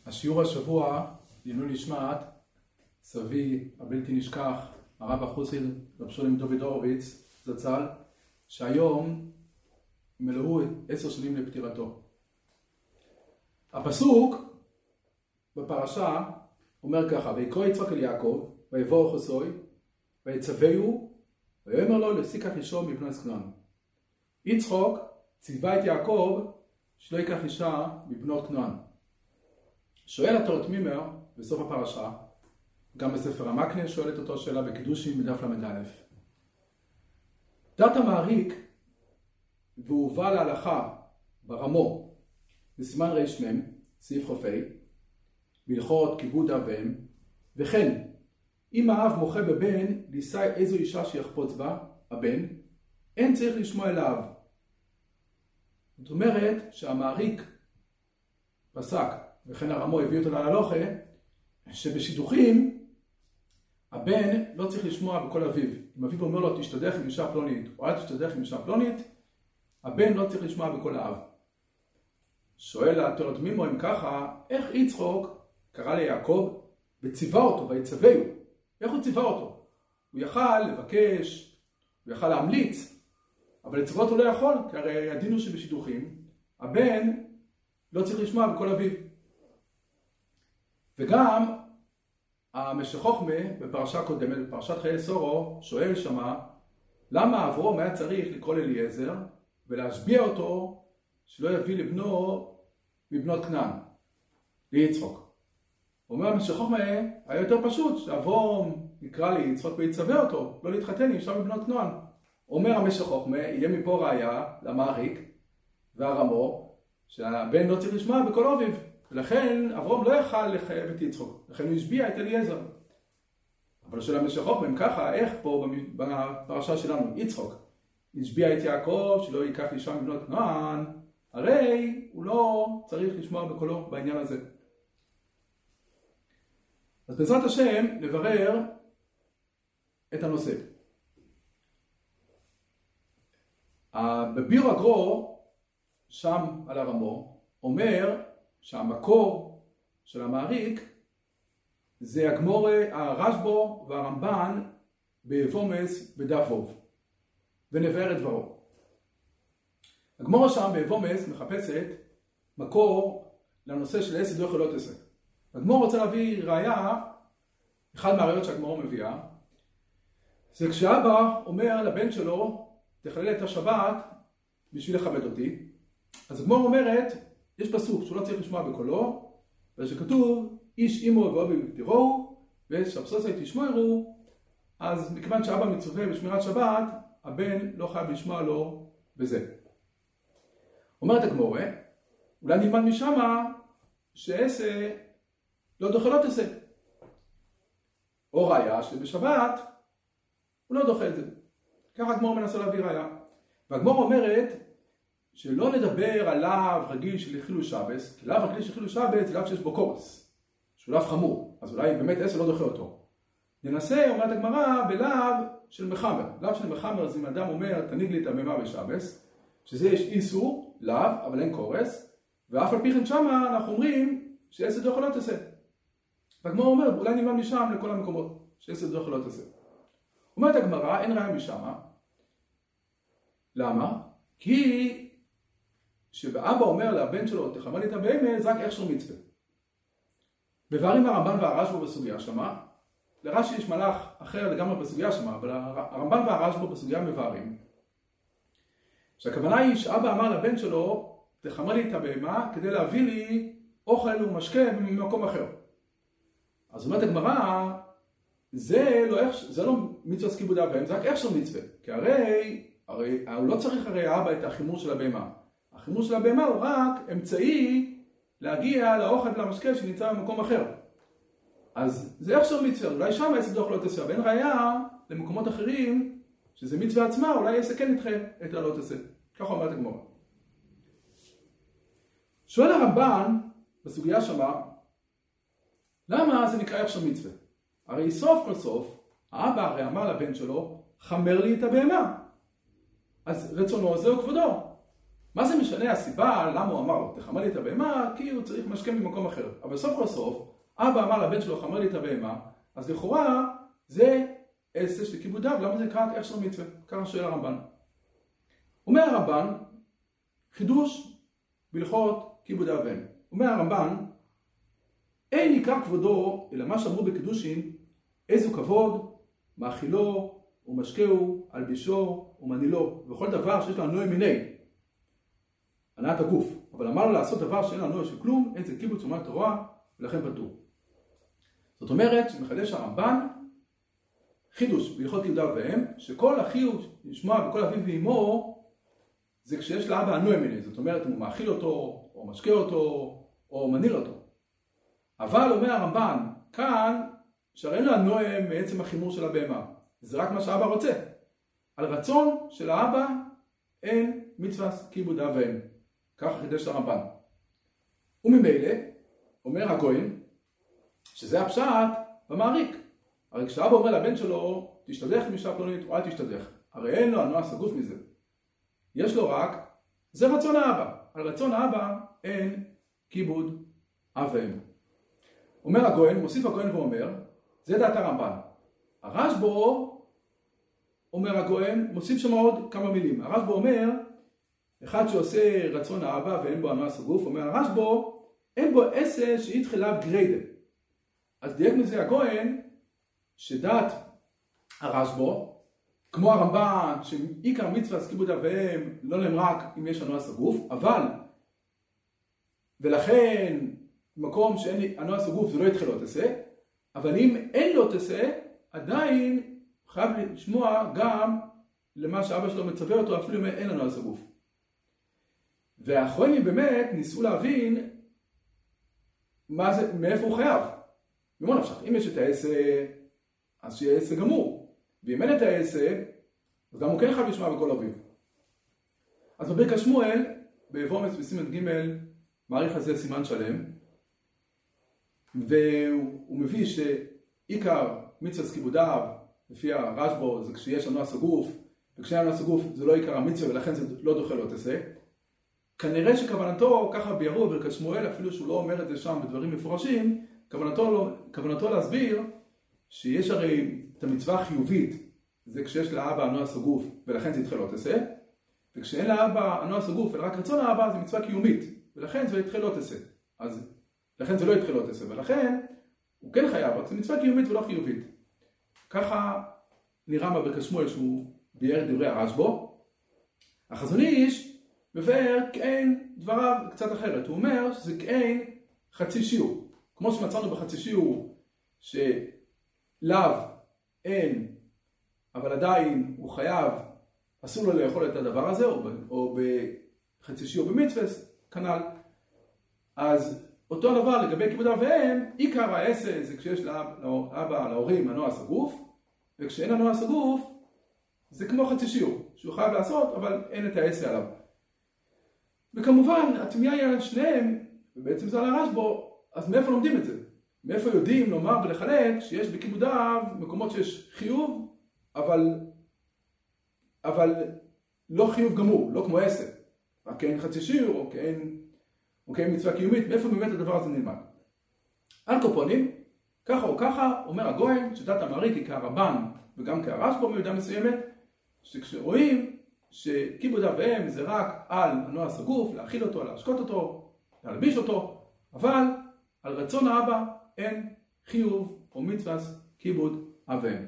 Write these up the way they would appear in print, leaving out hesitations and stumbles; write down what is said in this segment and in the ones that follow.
השיעור השבוע לעילוי נשמת סבי הבלתי נשכח, הרב החסיד רב שלום דוד הורוביץ זצ"ל, שהיום מלאו 10 שנים לפטירתו. הפסוק בפרשה אומר ככה: ויקרא יצחק אל יעקב ויבוא חסוי ויצווהו ויאמר לו לשיקח אישו מבנות כנען. יצחק ציווה את יעקב שלא ייקח אישה מבנות כנען. שואל התורת מימר בסוף הפרשה, גם בספר המקנה שואלת אותו שאלה בקידושים בדף ל"א. דת המעריק והובא להלכה ברמו בסימן רמ סעיף חופי בהלכות כיבוד אב ואם, וכן אם האב מוחה בבן לישא איזו אישה שיחפוץ בה הבן, אין צריך לשמוע אל האב. זאת אומרת שהמעריק פסק, וכן הרמו הביא אותו להלכה, שבשידוכים הבן לא צריך לשמוע בקול אביו. אם אביו אומר לו תשתדך עם אישה פלונית או אל תשתדך עם אישה פלונית, הבן לא צריך לשמוע בקול האב. שואל התורת מימר אם ככה, איך יצחק קרא ליעקב וציווה אותו ויצווהו? איך הוא ציווה אותו? הוא יכל לבקש, הוא יכל להמליץ, אבל לצוות הוא לא יכול, כי הרי הדין הוא שבשידוכים הבן לא צריך לשמוע בקול אביו. וגם המשך חוכמה בפרשה קודמת, בפרשת חיי שרו, שואל שמה למה אברהם היה צריך לקרוא לאליעזר ולהשביע אותו שלא יביא לבנו מבנות כנען, ליצחק. אומר המשך חוכמה היה יותר פשוט שאברהם יקרא ליצחק ויצווה אותו לא להתחתן עם אישה מבנות כנען. אומר המשך חוכמה, יהיה מפה ראיה למעריק והרמו שהבן לא צריך לשמוע בקול אביו, ולכן אברהם לא יכל לחייב את יצחק, לכן הוא השביע את אליעזר. אבל של המשך חוכמה, אם ככה, איך פה בפרשה שלנו יצחק השביע את יעקב שלא ייקח אישה מבנות כנען, הרי הוא לא צריך לשמוע בקולו בעניין הזה. אז בעזרת השם נברר את הנושא. בביר הגרו שם על הרמו אומר שהמקור של המעריק זה הגמור הרשב"א והרמב"ן ביבומס בדף ו', ונבאר את דברו. הגמור שם ביבומס מחפשת מקור לנושא של עשה דרך לא תעשה. הגמור רוצה להביא ראיה, אחד מהראיות שהגמור מביאה, זה כשאבא אומר לבן שלו תחלל את השבת בשביל לכבד אותי. אז הגמור אומרת, יש פסוק שהוא לא צריך לשמוע בקולו, ושכתוב איש אמו ואביו תראו ושבסוסי תשמעו, אז מכיוון שאבא מצווה בשמירת שבת, הבן לא חייב לשמוע לו בזה. אומרת הגמור, אולי נלמד משמה שעשה לא דוחה לא תעשה, או ראיה שבשבת הוא לא דוחה את זה. ככה הגמור מנסה להביא ראיה. והגמור אומרת שלא נדבר על לאו רגיל של חילול שבת, כי לאו רגיל של חילול שבת זה לאו שיש בו קורס, שהוא לאו חמור, אז אולי באמת עשה לא דוחה אותו. ננסה, אומרת הגמרא, בלאו של מחמר. לאו של מחמר זה אם אדם אומר תניג לי את הבהמה בשבת, שזה יש איסור, לאו, אבל אין קורס, ואף על פי כן שמה אנחנו אומרים שעשה דוחה לא תעשה. והגמרא אומרת, אולי נלמד משם לכל המקומות, שעשה דוחה לא תעשה. אומרת הגמרא, אין ראיה משמה. למה? כי שבאבא אומר לבן שלו תחמל לי את הבהמה, זה רק הכשר מצווה. מבארים הרמב"ן והרשב"א בסוגיה שמה, לרש"י יש מלאך אחר לגמרי בסוגיה שמה, אבל הרמב"ן והרשב"א בסוגיה מבארים שהכוונה היא שאבא אמר לבן שלו תחמל לי את הבהמה כדי להביא לי אוכל ומשקה ממקום אחר. אז אומרת הגמרא, זה לא מצווה כיבוד אב ואם, זה רק הכשר מצווה, כי הרי הוא לא צריך הרי האבא את החימור של הבהמה. החימור של הבהמה הוא רק אמצעי להגיע לאוכל ולמשקה שנמצא במקום אחר. אז זה הכשר מצווה, אולי שם עשה דוחה לא תעשה, ואין ראיה למקומות אחרים שזה מצווה עצמה, אולי עשה כן נדחה את לא תעשה. ככה אומרת הגמרא. שואל הרמב"ן בסוגיה שמה, למה זה נקרא הכשר מצווה? הרי סוף כל סוף, האבא הרי אמר לבן שלו, חמר לי את הבהמה. אז רצונו זהו כבודו. מה זה משנה הסיבה למה הוא אמר לו, תחמר לי את הבהמה? כי הוא צריך משקה ממקום אחר. אבל סוף כל סוף, אבא אמר לבן שלו, חמר לי את הבהמה, אז לכאורה זה עשה של כיבוד אב, למה זה קרה איך שלו מצווה? ככה שואל הרמב"ן. אומר הרמב"ן, חידוש בהלכות כיבוד אב ואם. אומר הרמב"ן, אין עיקר כבודו, אלא מה שאמרו בקידושין, איזו כבוד, מאכילו ומשקהו, אלבישו ומנילו, וכל דבר שיש לו הנוי מיני, הנעת הגוף. אבל אמר לו לעשות דבר שאין לו הנוי של כלום, אין זה כיבוד שומע תורה, ולכן פטור. זאת אומרת, שמחדש הרמב"ן, חידוש בהלכות כיבוד אב ואם, שכל החיוב לשמוע בכל אביו ואמו, זה כשיש לאבא הנוי מיני. זאת אומרת, אם הוא מאכיל אותו, או משקה אותו, או מניל אותו. אבל אומר הרמב"ן, כאן, שהרי אין לו הנוי מעצם החימור של הבהמה. זה רק מה שהאבא רוצה. על רצון של האבא אין מצווה כיבוד אב ואם. ככה חידש הרמב"ן. וממילא, אומר הגויין, שזה הפשט במעריק. הרי כשאבא אומר לבן שלו, תשתדך עם אישה פלונית או אל תשתדך. הרי אין לו הנוע סגוף מזה. יש לו רק, זה רצון האבא. על רצון האבא אין כיבוד אב ואם. אומר הגויין, מוסיף הגויין ואומר, זה דעת הרמב"ן. הרשב"א, אומר הגויין, מוסיף שם עוד כמה מילים. הרשב"א אומר, אחד שעושה רצון האבא ואין בו הנוע סגוף, אומר הרשב"א, אין בו עשה שיתחילה גריידה. אז דייק מזה הגויין, שדעת הרשב"א, כמו הרמב"ן, שעיקר מצווה כיבוד אב ואם לא נאמר רק אם יש הנוע סגוף, אבל, ולכן, במקום שאין הנוע סגוף זה לא יתחיל לא תעשה, אבל אם אין לו תעשה, עדיין חייב לשמוע גם למה שאבא שלו מצווה אותו, אפילו אם אין הנוע סגוף. והאחרונים באמת ניסו להבין מאיפה הוא חייב. ממה נפשך? אם יש את העשה, אז שיהיה עשה גמור. ואם אין את העשה, אז גם הוא כן חייב לשמוע בכל אביו. אז בברכת שמואל, באבומץ בסימן ג' מעריך הזה סימן שלם, והוא מביא שעיקר מצווה כיבוד אב, לפי הרשב"א, זה כשיש הנוע סגוף, וכשאין הנוע סגוף זה לא עיקר המצווה, ולכן זה לא דוחה לא תעשה. כנראה שכוונתו, ככה ביארו בברכת שמואל, אפילו שהוא לא אומר את זה שם בדברים מפורשים, כוונתו להסביר שיש הרי את המצווה החיובית, זה כשיש לאבא הנוע סגוף, ולכן זה יתחיל לא תעשה, וכשאין לאבא הנוע סגוף, אלא רק רצון האבא, זה מצווה קיומית, ולכן זה יתחיל לא תעשה. אז לכן זה לא יתחיל לא תעשה, ולכן הוא כן חייב, רק זה מצווה קיומית ולא חיובית. ככה נראה בברכת שמואל שהוא ביאר את דברי הרשב"א. החזון איש מבאר כאין דבריו קצת אחרת. הוא אומר שזה כאין חצי שיעור. כמו שמצאנו בחצי שיעור שלאו אין, אבל עדיין הוא חייב, אסור לו לאכול את הדבר הזה, או בחצי שיעור במצווה, כנ"ל. אז אותו דבר לגבי כיבוד אב ואם, עיקר העשה זה כשיש לאבא, להורים, הנוע סגוף, וכשאין הנוע סגוף, זה כמו חצי שיעור, שהוא חייב לעשות, אבל אין את העשה עליו. וכמובן, התמיהה היא על שניהם, ובעצם זה על הרשב"א, אז מאיפה לומדים את זה? מאיפה יודעים לומר ולחלק שיש בכיבוד אב מקומות שיש חיוב, אבל לא חיוב גמור, לא כמו עשה. רק כאין חצי שיעור, או כאין מצווה קיומית, מאיפה באמת הדבר הזה נלמד? על קופונים, ככה או ככה, אומר הגויין, שדת המעריק היא כהרמב"ן וגם כהרשב"א במידה מסוימת, שכשרואים שכיבוד אב ואם זה רק על הנוע סגוף, להאכיל אותו, להשקות אותו, להלביש אותו, אבל על רצון האבא אין חיוב או מצווה כיבוד אב ואם.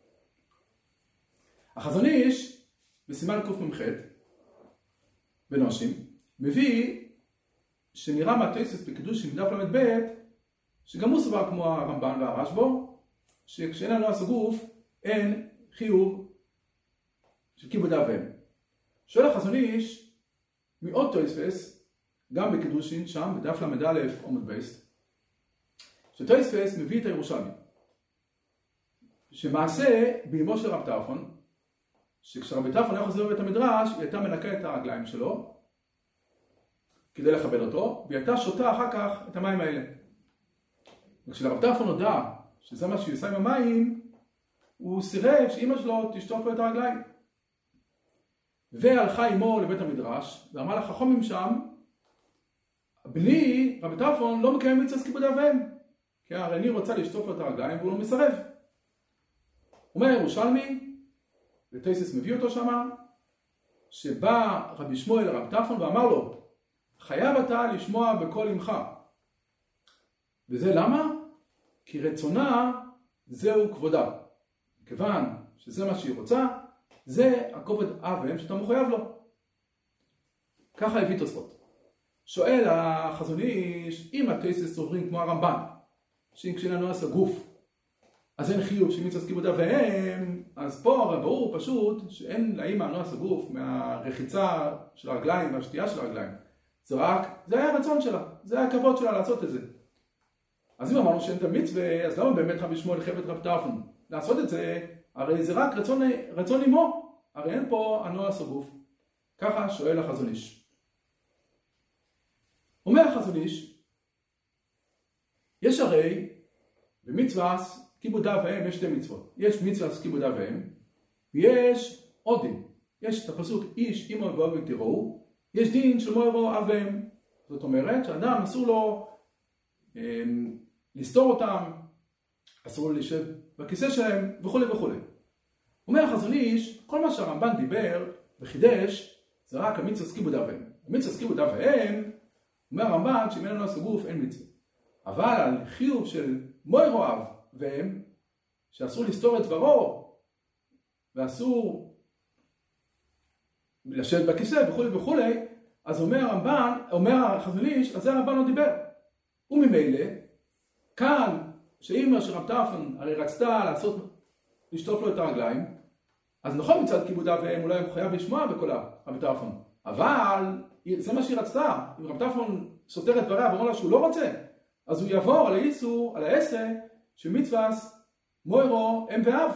החזון איש, בסימן קמ"ח, בנושים, מביא שנראה מהתוספות בקידושין בדף ל"ב, שגם הוא סבר כמו הרמב"ן והרשב"א, שכשאין הנוע סגוף אין חיוב של כיבוד אב ואם. שואל החזון איש מעוד תוספות, גם בקידושין שם בדף ל"א עמוד בייס, שתוספות מביא את הירושלמי, שמעשה באמו של רב טרפון, שכשרבי טרפון היה חוזר בבית המדרש, היא הייתה מנקה את הרגליים שלו כדי לכבד אותו, והיא הייתה שותה אחר כך את המים האלה. וכשלרב טרפון הודע שזה מה שהיא עושה עם המים, הוא סירב שאמא שלו תשטוף לו את הרגליים. והלכה עמו לבית המדרש, ואמר לה חכמים שם, בני רבי טרפון לא מקיים מצוות כיבוד אב ואם, כי הרי אני רוצה לשטוף לו את הרגליים והוא לא מסרב. אומר ירושלמי, וטייסס מביא אותו שמה, שבא רבי שמואל לרבי טרפון ואמר לו, חייב אתה לשמוע בקול אמך. וזה למה? כי רצונה זהו כבודה. כיוון שזה מה שהיא רוצה, זה הכובד אב ואם שאתה מחויב לו. ככה הביא תוספות. שואל החזון איש, אם הטייסס סוברים כמו הרמב"ן, שאם כשאין לנו גוף, אז אין חיוב של מצוות כיבוד אב ואם, אז פה הרי ברור פשוט שאין לאמא נועס הגוף מהרחיצה של הרגליים והשתייה של הרגליים. זה היה הרצון שלה, זה היה הכבוד שלה לעשות את זה. אז אם אמרנו שאין את המצווה, אז למה באמת רבי שמואל חייב את רבי טרפון לעשות את זה? הרי זה רק רצון אמו, הרי אין פה הנועס הגוף. ככה שואל החזון איש. אומר החזון איש, יש הרי במצוות כיבוד אב ואם יש שתי מצוות. יש מצוות כיבוד אב ואם, ויש עוד דין. יש את הפסוק איש אמא ואב ותראו, יש דין של מוירו אב ואם. זאת אומרת שאדם אסור לו לסתור אותם, אסור לו לשב בכיסא שלהם וכו' וכו'. אומר החזון איש, כל מה שהרמב"ן דיבר וחידש זה רק המצוות כיבוד אב ואם. המצוות כיבוד אב ואם, אומר הרמב"ן שאם אין לנו נועס הגוף אין מצווה. אבל על חיוב של מוירו אב ואם, שאסור לסתור את דברו ואסור לשבת בכיסא וכו' וכו', אז אומר הרמב"ן, אומר החזון איש, אז זה הרמב"ן לא דיבר. וממילא, כאן, שאמא של רבי טרפון הרי רצתה לשטוף לו את הרגליים, אז נכון מצד כיבוד אב ואם, אולי הוא חייב לשמוע בקול רבי טרפון, אבל זה מה שהיא רצתה. אם רבי טרפון סותר את דבריה ואומר לה שהוא לא רוצה, אז הוא יעבור על האיסור, על העשה, שמצוות מוירו אם ואב.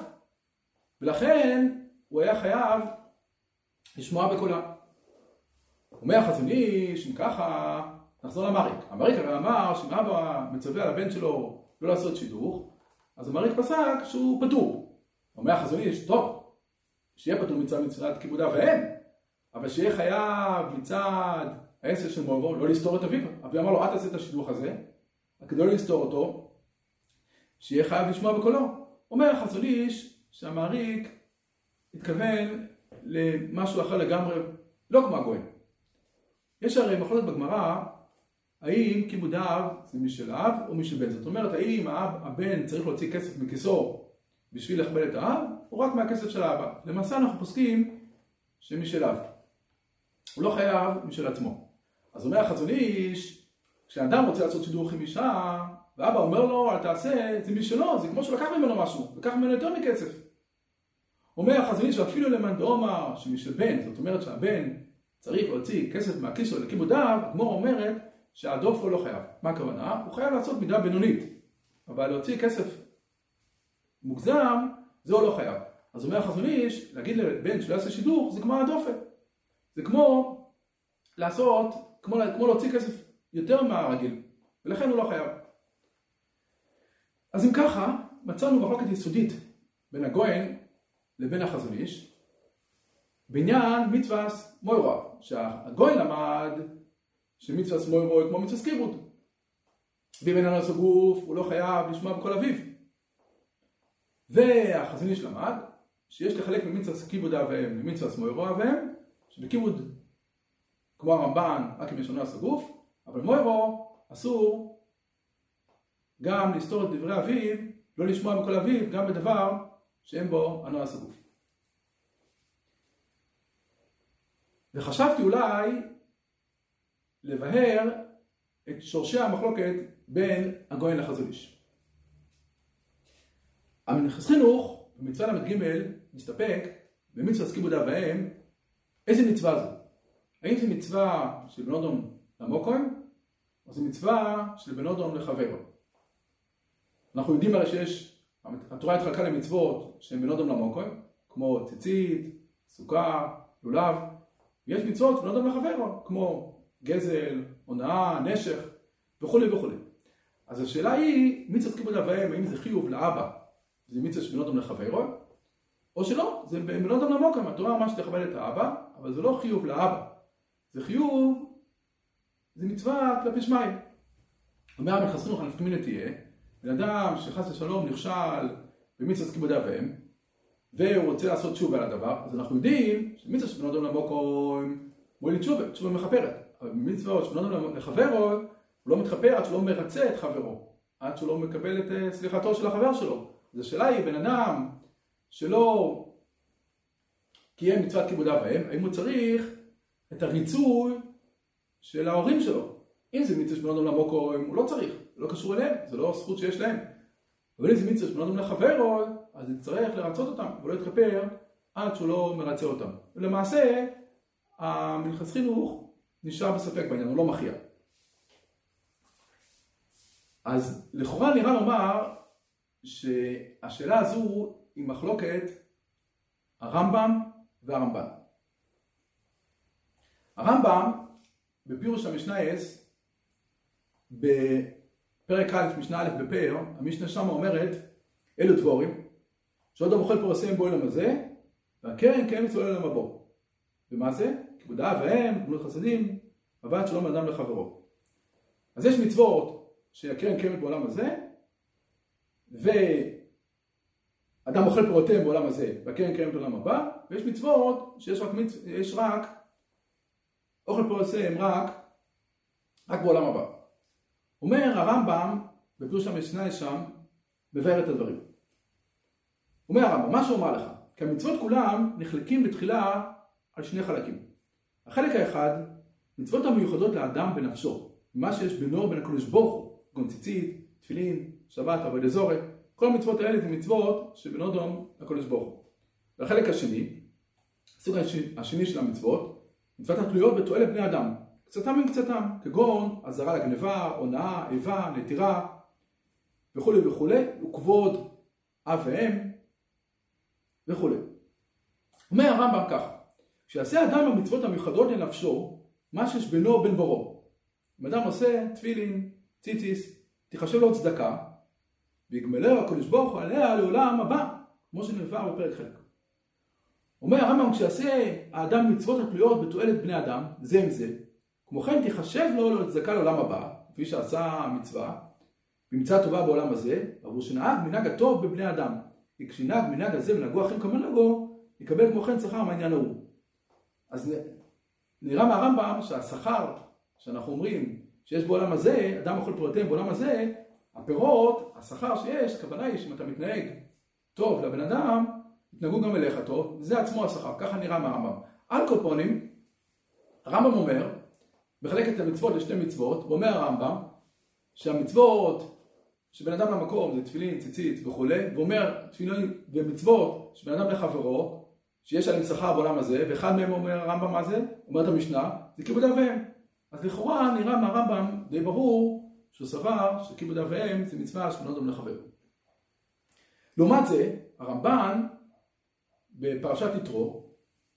ולכן הוא היה חייב לשמוע בקולה. אומר החזון איש, אם ככה, נחזור למריק. המריק הרי אמר שאם אבא מצווה על הבן שלו לא לעשות שידוך, אז המריק פסק שהוא פטור. אומר החזון איש, טוב, שיהיה פטור מצוות כיבוד אב ואם, אבל שיהיה חייב מצד העשה של מוירו לא לסתור את אביו. אביו אמר לו, אל תעשה את השידוך הזה, כדי לא לסתור אותו, שיהיה חייב לשמוע בקולו. אומר החזון איש שהמעריק התכוון למשהו אחר לגמרי, לא כמו הגויים. יש הרי מחלוקת בגמרא, האם כיבוד אב זה משל אב או משל בן. זאת אומרת, האם הבן צריך להוציא כסף מכיסו בשביל לכבד את האב, או רק מהכסף של האבא. למעשה אנחנו פוסקים שמשל אב. הוא לא חייב משל עצמו. אז אומר החזון איש, כשאדם רוצה לעשות שידוך עם אישה, ואבא אומר לו, אל תעשה, זה משלו, זה כמו שהוא לקח ממנו משהו, לקח ממנו יותר מכסף. אומר החזון איש, ואפילו למאן דאמר שמשל בן, זאת אומרת שהבן צריך להוציא כסף מהכיס שלו לכיבוד אב, הגמרא אומרת שהדוף הוא לא חייב. מה הכוונה? הוא חייב לעשות מידה בינונית, אבל להוציא כסף מוגזם, זה הוא לא חייב. אז אומר החזון איש, להגיד לבן שלא יעשה שידוך, זה כמו הדופה. זה כמו לעשות, כמו להוציא כסף יותר מהרגיל, ולכן הוא לא חייב. אז אם ככה, מצאנו מחלוקת יסודית בין הגויין לבין החזון איש, בעניין מצוות מוירו, שהגויין למד שמצוות מוירו היא כמו מצוות כיבוד. ואם אין נועס הגוף, הוא לא חייב לשמוע בקול אביו. והחזון איש למד שיש לחלק ממצוות כיבוד אב ואם למצוות מוירו אב ואם, שבכיבוד כמו הרמב"ן רק אם יש נועס הגוף, אבל מוירו אסור גם לסתור את דברי אביו, לא לשמוע בקול אביו, גם בדבר שאין בו הנועס הגוף. וחשבתי אולי לבאר את שורשי המחלוקת בין הגויין לחזון איש. המנחס חינוך במצווה ל"ג מסתפק במצוות כיבוד אב ואם. איזה מצווה זו? האם זו מצווה של בן אדם למוקוים, או זו מצווה של בן אדם לחברו? אנחנו יודעים הרי שיש, התורה התחלקה למצוות שהן בן אדם למוקוים, כמו ציצית, סוכה, לולב. יש מצוות בן אדם לחברו, כמו גזל, הונאה, נשך וכו' וכו'. אז השאלה היא, מצוות כיבוד אב ואם, האם זה חיוב לאבא, זה מצווה של בן אדם לחברו, או שלא, זה בלא אדם למוקם, התורה ממש לכבד את האבא, אבל זה לא חיוב לאבא, זה חיוב, זה מצווה כלפי שמיים. אומר מחס חינוך הנפקא מינה תהיה, בן אדם שחס ושלום נכשל במצוות כיבוד אב ואם, והוא רוצה לעשות תשובה על הדבר, אז אנחנו יודעים שמצווה שבן אדם למוקם מועיל תשובה מכפרת, אבל במצוות שבן אדם לחברו, הוא לא מתחפר עד שהוא לא מרצה את חברו, עד שהוא לא מקבל את סליחתו של החבר שלו. אז השאלה היא, בן אדם שלא קיים מצוות כיבוד אב ואם, האם הוא צריך את הריצוי של ההורים שלו? אם זה מצווה שבן אדם למוקם, הוא לא צריך, זה לא קשור אליהם, זה לא זכות שיש להם. אבל אם זה מצווה שבן אדם לחברו, אז הוא צריך לרצות אותם, ולא יתחפר עד שהוא לא מרצה אותם. ולמעשה, המחס חינוך נשאר בספק בעניין, הוא לא מכריע. אז לכאורה נראה לומר שהשאלה הזו היא מחלוקת הרמב"ם והרמב"ן. הרמב"ם בפירוש המשנייס בפרק א' משנה א' בפר, המשנה שם אומרת אלו דבורים שעוד המוכל פרסם בו עולם הזה והקרן קיימת אצל עולם הבא. ומה זה? כיבוד אב ואם, גמילות חסדים, הבאת שלום אדם לחברו. אז יש מצוות שהקרן קיימת בעולם הזה, ואדם אוכל פירותיהם בעולם הזה, והקרן קיימת בעולם הבא, ויש מצוות שיש רק אוכל פירותיהם רק בעולם הבא. אומר הרמב"ם, בפירוש המשנה שם, מבאר את הדברים. אומר הרמב"ם, מה שאומר לך, כי המצוות כולם נחלקים בתחילה על שני חלקים. החלק האחד, מצוות המיוחדות לאדם בנפשו, מה שיש בינו ובין הקדוש ברוך הוא, כגון ציצית, תפילין, שבת, עבודת זוהר, כל המצוות האלה זה מצוות שבינו דום לקדוש ברוך הוא. והחלק השני, הסוג השני של המצוות, מצוות התלויות בתועלת בני אדם, קצתם עם קצתם, כגון אזהרה לגנבה, הונאה, איבה, נטירה וכו' וכו', וכבוד אב ואם וכו'. אומר הרמב"ם ככה, כשיעשה אדם המצוות המיוחדות לנפשו, מה שיש בינו ובין בוראו. אם אדם עושה תפילין, ציציס, תחשב לו צדקה, ויגמלהו הקדוש ברוך הוא עליה לעולם הבא, כמו שנבואר בפרק חלק. אומר הרמב"ם, כשיעשה האדם מצוות התלויות בתועלת בני אדם, זה עם זה, כמו כן תחשב לו צדקה לעולם הבא, כפי שעשה המצווה, במצווה טובה בעולם הזה, עבור שנהג מנהג הטוב בבני אדם. כי כשנהג מנהג הזה מנהגו אחרים כמנהגו, יקבל כמו כן שכר מהעניין ההוא. אז נראה מהרמב"ם שהשכר שאנחנו אומרים שיש בעולם הזה, אדם אוכל פירותיהם בעולם הזה, הפירות, השכר שיש, הכוונה היא שאם אתה מתנהג טוב לבן אדם, יתנהגו גם אליך טוב, זה עצמו השכר, ככה נראה מהרמב"ם. על כל פונים, הרמב"ם אומר, מחלק את המצוות לשתי מצוות, ואומר הרמב"ם, שהמצוות שבן אדם למקום זה תפילין, ציצית וכו', ואומר תפילין ומצוות שבן אדם לחברו, שיש עליהם שכר בעולם הזה, ואחד מהם אומר הרמב"ם מה זה? אומרת המשנה, זה כיבוד אב ואם. אז לכאורה נראה מהרמב"ם די ברור שהוא סבר שכיבוד אב ואם זה מצווה שבן אדם לחברו. לעומת זה, הרמב"ן בפרשת יתרו,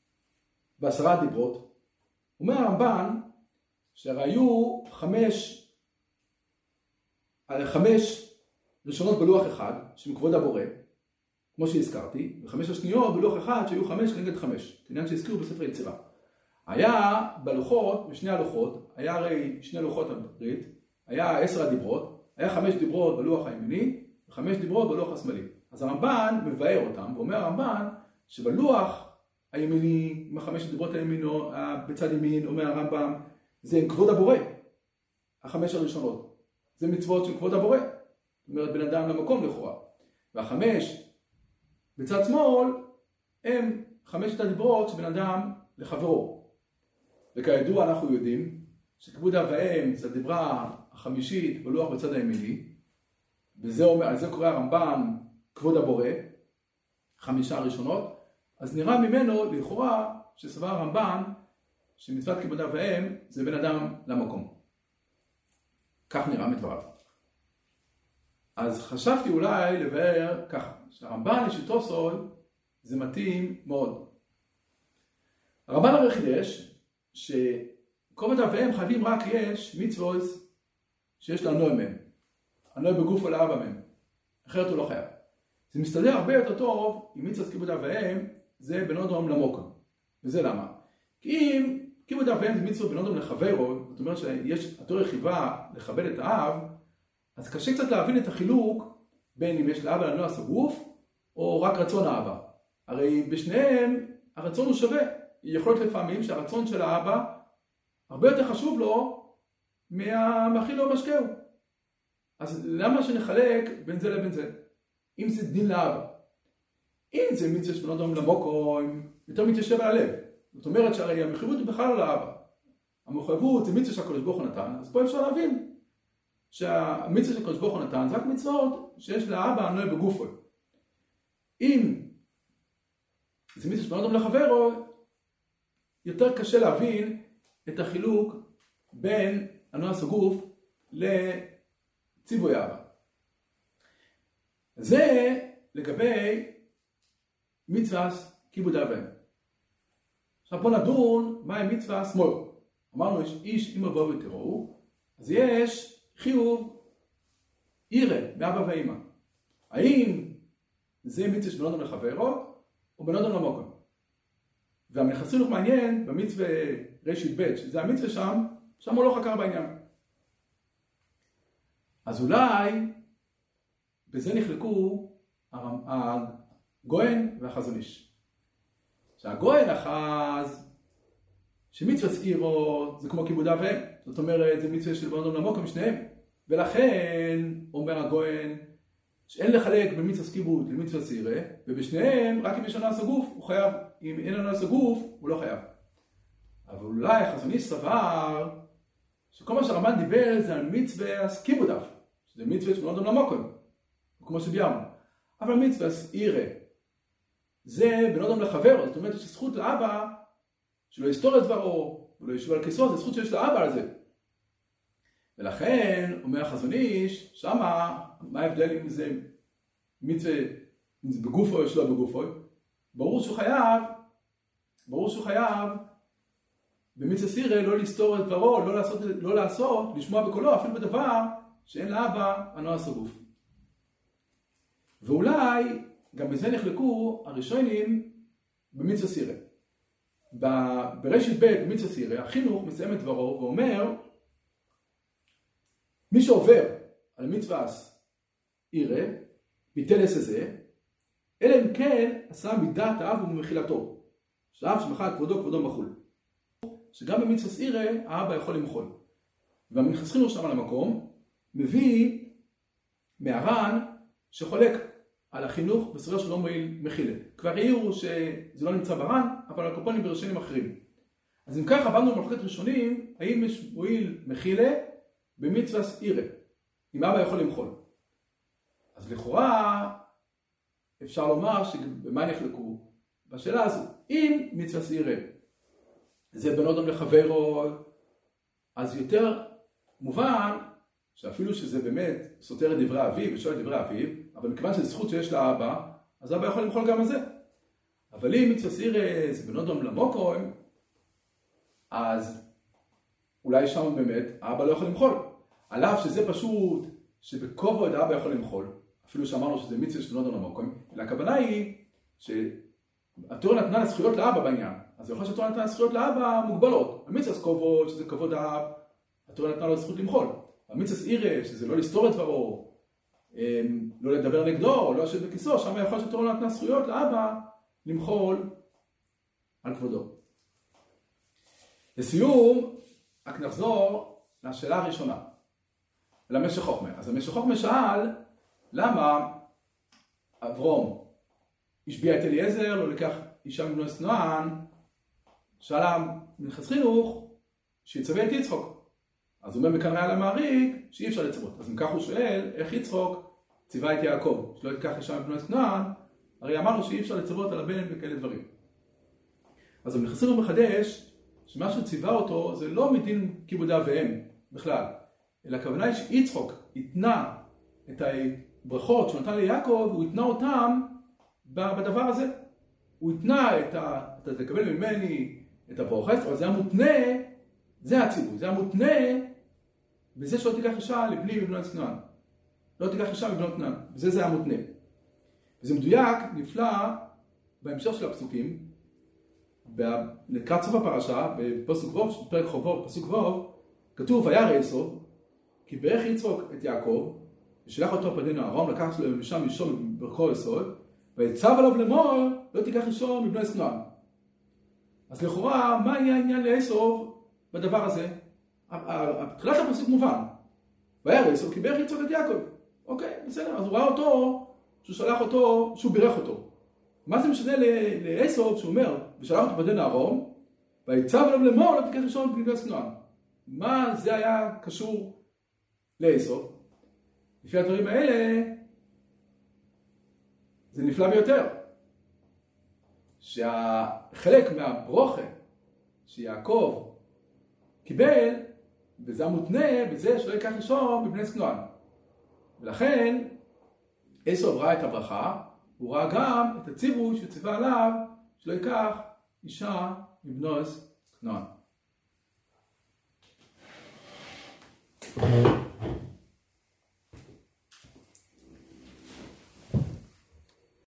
ב10 דיברות, אומר הרמב"ן שהרי היו 5 ראשונות בלוח אחד, שמכבוד הבורא, כמו שהזכרתי, ו5 השניות בלוח אחד שהיו 5 כנגד 5, כעניין שהזכירו בספר יצירה. היה בלוחות, בשני הלוחות, היה הרי 2 לוחות הברית, היה 10 הדיברות, היה 5 דיברות בלוח הימני, ו5 דיברות בלוח השמאלי. אז הרמב"ן מבאר אותם, ואומר הרמב"ן שבלוח הימני, עם 5 הדיברות הימינו, בצד ימין, אומר הרמב"ם, זה עם כבוד הבורא, 5 הראשונות. זה מצוות של כבוד הבורא. זאת אומרת, בן אדם למקום לכאורה. וה5 בצד שמאל, הם 5 הדיברות של בן אדם לחברו. וכידוע אנחנו יודעים, שכיבוד אב ואם זה הדיברה החמישית בלוח בצד הימיני, וזה אומר, על זה קורא הרמב"ם כבוד הבורא, 5 הראשונות, אז נראה ממנו לכאורה שסבר הרמב"ם שמצוות כיבוד אב ואם זה בן אדם למקום. כך נראה מדבריו. אז חשבתי אולי לבאר ככה, שהרמב"ן לשיטו סול זה מתאים מאוד. הרמב"ן הרי חידש שכיבוד אב ואם חייבים רק יש מצוות שיש לנו מהם. הנוי בגוף או לאבא מהם. אחרת הוא לא חייב. זה מסתדר הרבה יותר טוב עם מצוות כיבוד אב ואם, זה בין אדם למוקם. וזה למה? כי אם כיבוד אב ואם זה מצוות בין אדם לחברו, זאת אומרת שיש התורה רכיבה לכבד את האב, אז קשה קצת להבין את החילוק בין אם יש לאבא לנועס הגוף, או רק רצון האבא. הרי בשניהם הרצון הוא שווה. יכול להיות לפעמים שהרצון של האבא הרבה יותר חשוב לו מהמאכיל או המשקהו. אז למה שנחלק בין זה לבין זה? אם זה דין לאבא. אם זה מצווה של בן אדם למוקם, יותר מתיישב על הלב. זאת אומרת שהרי המחויבות היא בכלל על האבא. המחויבות זה מצווה שהקדוש ברוך הוא נתן, אז פה אפשר להבין שהמצווה של הקדוש ברוך הוא נתן זה רק מצוות שיש לאבא הנועה בגופו. אם זה מצווה של בן אדם לחברו, יותר קשה להבין את החילוק בין הנועס הגוף לציווי האבא. זה לגבי מצוות כיבוד אב ואם. עכשיו פה נדון מהי מצוות מויר. אמרנו יש איש אמא ואבא ותראו, אז יש חיוב יראה מאבא ואמא. האם זה מצווה של בן אדם לחברו או בן אדם למוקם? והמחסילוך מעניין במצווה רשית ב' שזה המצווה שם הוא לא חקר בעניין. אז אולי בזה נחלקו הגויין והחזון איש. שהגויין אחז שמצווה סעירו זה כמו כיבוד אב ואם, זאת אומרת זה מצווה של בן אדם למוקם שניהם, ולכן אומר הגויין שאין לחלק במצווה כיבוד למצווה סעירה, ובשניהם רק אם יש הנועס הגוף הוא חייב, אם אין הנועס הגוף הוא לא חייב. אבל אולי החזון איש סבר שכל מה שהרמב"ן דיבר זה על מצווה כיבוד אב, שזה מצווה של בן אדם למוקם, כמו שביארנו. אבל מצווה סעירה זה בן אדם לחברו, זאת אומרת יש זכות לאבא שלא יסתור את דברו ולא ישב על כיסאו, זה זכות שיש לאבא על זה. ולכן אומר החזון איש שמה מה ההבדל אם זה מצווה אם זה בגופו או שלא בגופו? ברור שהוא חייב במצווה סעירה לא לסתור את דברו, לא לעשות, לשמוע בקולו אפילו בדבר שאין לאבא הנועס הגוף. ואולי גם בזה נחלקו הראשונים במצווה סעירה. ברשת ב' במצווה סעירה החינוך מסיים את דברו ואומר מי שעובר על מצווה סעירה ביטל הזה, אלא אם כן עשה מידת האב ומחילתו, שאב שמחה כבודו כבודו מחול. שגם במצווה סעירה האבא יכול למחול. והמחסכינו שם על המקום מביא מהר"ן שחולק על החינוך בסביבה שלא מועיל מחילה. כבר העירו שזה לא נמצא בר"ן, אבל על קופונים בראשונים אחרים. אז אם כך עברנו במחלקת ראשונים, האם יש מועיל מחילה במצווה סעירה, אם אבא יכול למחול. אז לכאורה אפשר לומר שבמה נחלקו? בשאלה הזו, אם מצווה סעירה זה בן אדם לחברו, אז יותר מובן שאפילו שזה באמת סותר את דברי אביו ושואל את דברי אביו, אבל מכיוון שזה זכות שיש לאבא, אז אבא יכול למחול גם על זה. אבל אם מצווה סעירה זה בן אדם למוקם, אז אולי שם באמת האבא לא יכול למחול. על אף שזה פשוט שבכובד האבא יכול למחול, אפילו שאמרנו שזה מצווה של בן אדם למוקם, אלא הכוונה היא שהתורה נתנה זכויות לאבא בעניין. אז יכול שהתורה נתנה זכויות לאבא מוגבלות. המצווה כובד שזה כבוד האב, התורה נתנה לו זכות למחול. המצווה סעירה שזה לא לסתור את דברו, לא לדבר נגדו, לא לשבת בכיסאו, שם יכול שהתורה נתנה זכויות לאבא למחול על כבודו. לסיום, רק נחזור לשאלה הראשונה, למשך חוכמה. אז המשך חוכמה שאל, למה אברום השביע את אליעזר, לא לקח אישה מבנו אסנוען, שאלה מנחס חינוך, שיצווה את יצחוק. אז הוא אומר מכאן ראה למעריק שאי אפשר לצוות. אז אם כך הוא שואל, איך יצחוק ציווה את יעקב, שלא ייקח אישה מבנו אסנוען, הרי אמרנו שאי אפשר לצוות על הבן וכאלה דברים. אז הוא מנחס חינוך מחדש, שמה שהוא ציווה אותו זה לא מדין כיבוד אב ואם בכלל, אלא הכוונה היא שיצחוק יתנה את הברכות שהוא נתן ליעקב, הוא יתנה אותם בדבר הזה. הוא יתנה אתה תקבל ממני את הברכות, אבל זה המותנה, זה הציווי, זה המותנה בזה שלא תיקח אישה לבני מבנות אסנוען. לא תיקח אישה מבנות אסנוען, וזה המותנה. וזה מדויק, נפלא, בהמשך של הפסוקים, לקראת סוף הפרשה, בפסוק ו', פרק חובות, פסוק ו', כתוב, וירא עשו, כי ברך יצחק את יעקב, ושלח אותו פנינו אהרון, לקח לו משם אישו ברכו יסוד, ויצב עליו לאמור, לא תיקח אישו מבני כנען. אז לכאורה, מה יהיה העניין לעשו בדבר הזה? תחילת הפסוק מובן. וירא עשו, כי ברך יצחק את יעקב. אוקיי, בסדר, אז הוא ראה אותו, שהוא שלח אותו, שהוא בירך אותו. מה זה משנה לעשו שהוא אומר, ושלח אותו פנינו אהרון, ויצב עליו לאמור, לא תיקח אישו מבני כנען. מה זה היה קשור לעשו? לפי הדברים האלה, זה נפלא ביותר. שהחלק מהברוכה שיעקב קיבל, וזה המותנה בזה שלא ייקח אישו מבני כנען. ולכן, עשו ראה את הברכה, הוא ראה גם את הציווי שציווה עליו שלא ייקח אישה מבני כנען.